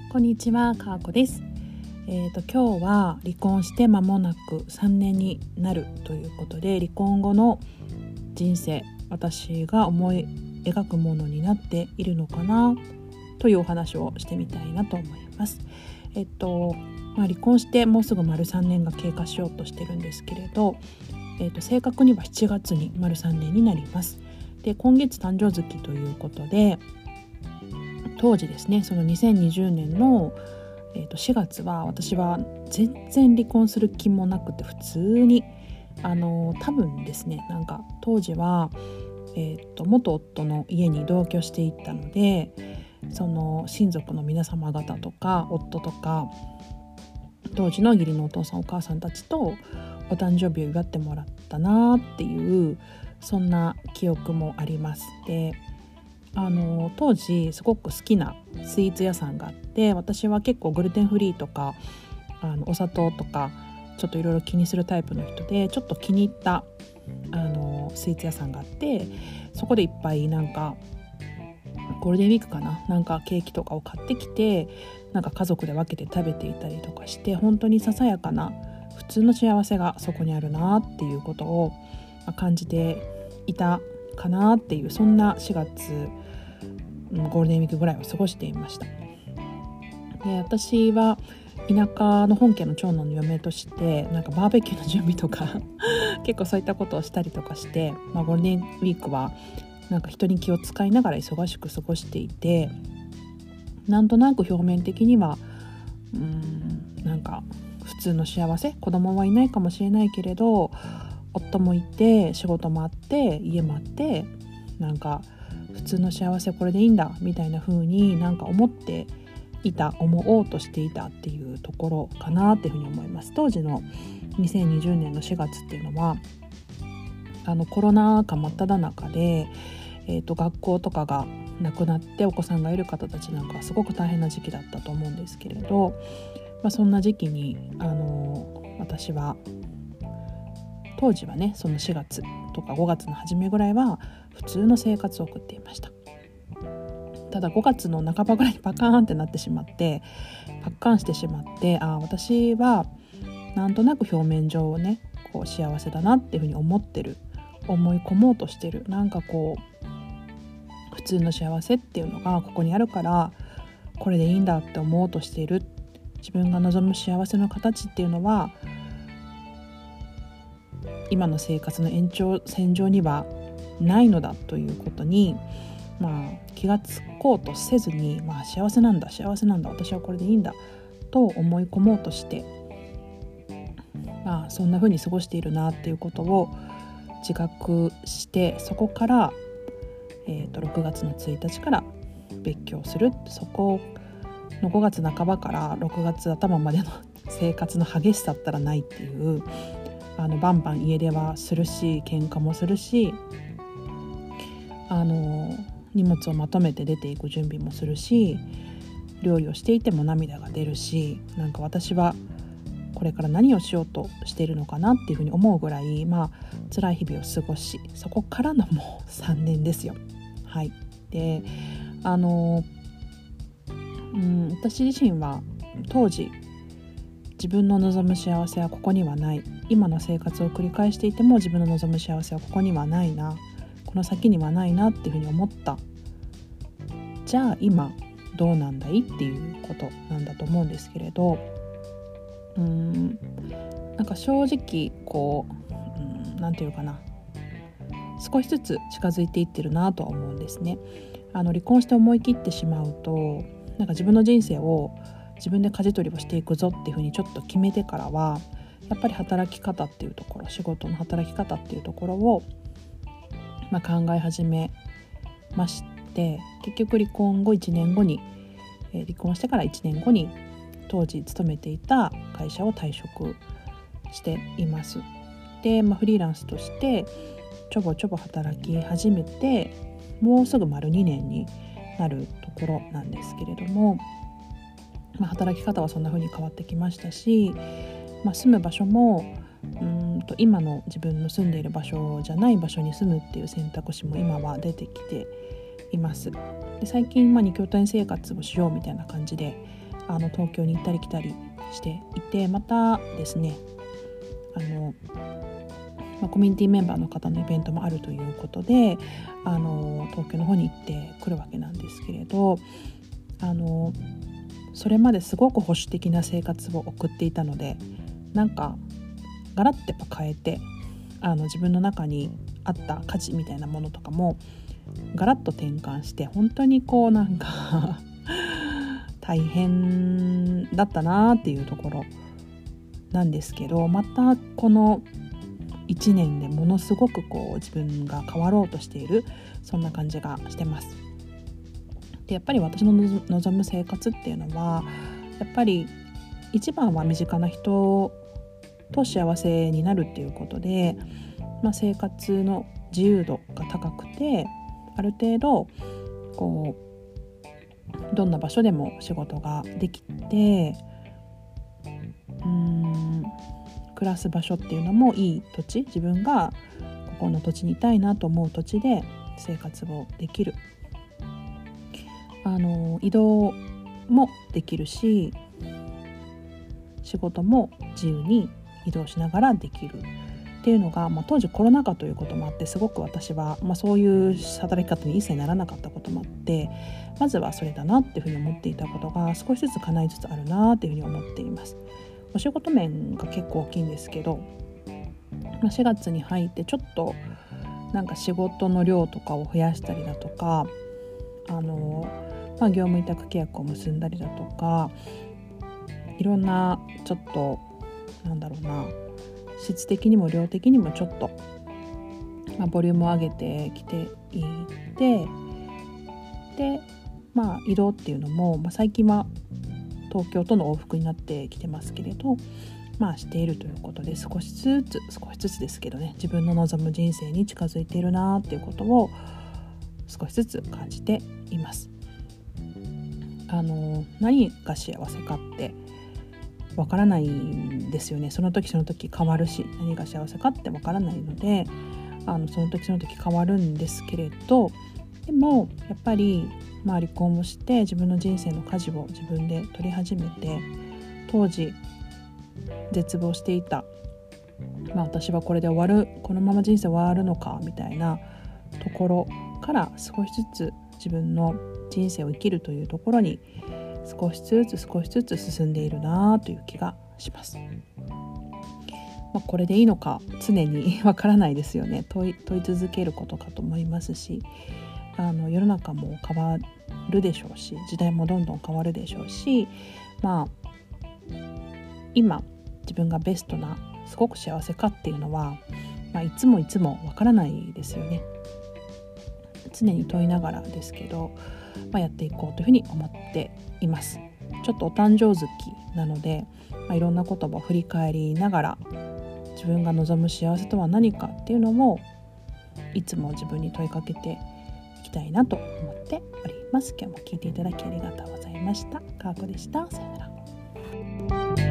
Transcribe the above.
こんにちは、かーこです。今日は離婚して間もなく3年になるということで、離婚後の人生、私が思い描くものになっているのかなというお話をしてみたいなと思います。離婚してもうすぐ丸3年が経過しようとしてるんですけれど、正確には7月に丸3年になります。で、今月誕生月ということで、当時ですね、その2020年の、4月は私は全然離婚する気もなくて、普通に多分ですね、当時は、元夫の家に同居していったので、その親族の皆様方とか夫とか当時の義理のお父さんお母さんたちとお誕生日を祝ってもらったなっていう、そんな記憶もあります。で、当時すごく好きなスイーツ屋さんがあって、私は結構グルテンフリーとかお砂糖とかちょっといろいろ気にするタイプの人で、ちょっと気に入ったスイーツ屋さんがあって、そこでいっぱいゴールデンウィークかな、ケーキとかを買ってきて、家族で分けて食べていたりとかして、本当にささやかな普通の幸せがそこにあるなっていうことを感じていたかなっていう、そんな4月ゴールデンウィークぐらいを過ごしていました。で、私は田舎の本家の長男の嫁として、バーベキューの準備とか結構そういったことをしたりとかして、ゴールデンウィークは人に気を使いながら忙しく過ごしていて、なんとなく表面的には普通の幸せ、子供はいないかもしれないけれど夫もいて仕事もあって家もあって、普通の幸せこれでいいんだみたいな風に思おうとしていたっていうところかなっていうふうに思います。当時の2020年の4月っていうのはコロナ禍真っ只中で、学校とかがなくなってお子さんがいる方たちはすごく大変な時期だったと思うんですけれど、そんな時期に私は当時はね、その4月とか5月の初めぐらいは普通の生活を送っていました。ただ5月の半ばぐらいにパカーンってなってしまって、私はなんとなく表面上ね、幸せだなっていうふうに思い込もうとしてる、普通の幸せっていうのがここにあるからこれでいいんだって思おうとしている。自分が望む幸せの形っていうのは今の生活の延長線上にはないのだということに、気がつこうとせずに、幸せなんだ私はこれでいいんだと思い込もうとして、そんな風に過ごしているなっていうことを自覚して、そこから、6月の1日から別居する。そこの5月半ばから6月頭までの生活の激しさったらないっていう、バンバン家出はするし喧嘩もするし、荷物をまとめて出ていく準備もするし、料理をしていても涙が出るし、私はこれから何をしようとしているのかなっていうふうに思うぐらい、辛い日々を過ごし、そこからのもう3年ですよ。はい。で、私自身は当時自分の望む幸せはここにはない、今の生活を繰り返していても自分の望む幸せはここにはないな、この先にはないなっていうふうに思った。じゃあ今どうなんだいっていうことなんだと思うんですけれど、正直少しずつ近づいていってるなとは思うんですね。離婚して思い切ってしまうと、自分の人生を自分で舵取りをしていくぞっていうふうにちょっと決めてからは、やっぱり働き方っていうところ、仕事の働き方っていうところを、考え始めまして、結局離婚してから1年後に当時勤めていた会社を退職しています。で、フリーランスとしてちょぼちょぼ働き始めて、もうすぐ丸2年になるところなんですけれども、働き方はそんな風に変わってきましたし、住む場所も今の自分の住んでいる場所じゃない場所に住むっていう選択肢も今は出てきています。で、最近2拠点生活をしようみたいな感じで東京に行ったり来たりしていて、またですねコミュニティメンバーの方のイベントもあるということで東京の方に行ってくるわけなんですけれど、それまですごく保守的な生活を送っていたので、なんかガラッてやっぱ変えて自分の中にあった価値みたいなものとかもガラッと転換して、本当になんか大変だったなっていうところなんですけど、またこの1年でものすごく自分が変わろうとしている、そんな感じがしてます。でやっぱり私の望む生活っていうのは、やっぱり一番は身近な人と幸せになるっていうことで、生活の自由度が高くて、ある程度どんな場所でも仕事ができて、暮らす場所っていうのもいい土地、自分がここの土地にいたいなと思う土地で生活をできる、移動もできるし、仕事も自由に移動しながらできるっていうのが、当時コロナ禍ということもあって、すごく私は、そういう働き方に一切ならなかったこともあって、まずはそれだなっていうふうに思っていたことが少しずつ叶いつつあるなっていうふうに思っています。お仕事面が結構大きいんですけど、4月に入ってちょっとなんか仕事の量とかを増やしたりだとか、業務委託契約を結んだりだとか、いろんなちょっと質的にも量的にもちょっと、ボリュームを上げてきていて、で移動っていうのも、最近は東京との往復になってきてますけれど、しているということで、少しずつですけどね、自分の望む人生に近づいているなっていうことを少しずつ感じています。何が幸せかってわからないんですよね。その時その時変わるし、何が幸せかってわからないので、その時その時変わるんですけれど、でもやっぱり離婚をして自分の人生の舵を自分で取り始めて、当時絶望していた、私はこれで終わる、このまま人生終わるのかみたいなところから少しずつ自分の人生を生きるというところに少しずつ進んでいるなという気がします。これでいいのか常にわからないですよね。問い続けることかと思いますし、世の中も変わるでしょうし、時代もどんどん変わるでしょうし、今自分がベストなすごく幸せかっていうのは、いつもわからないですよね。常に問いながらですけど、やっていこうというふうに思っています。ちょっとお誕生月なので、いろんなことを振り返りながら、自分が望む幸せとは何かっていうのをいつも自分に問いかけていきたいなと思っております。今日も聞いていただきありがとうございました。かわこでした。さよなら。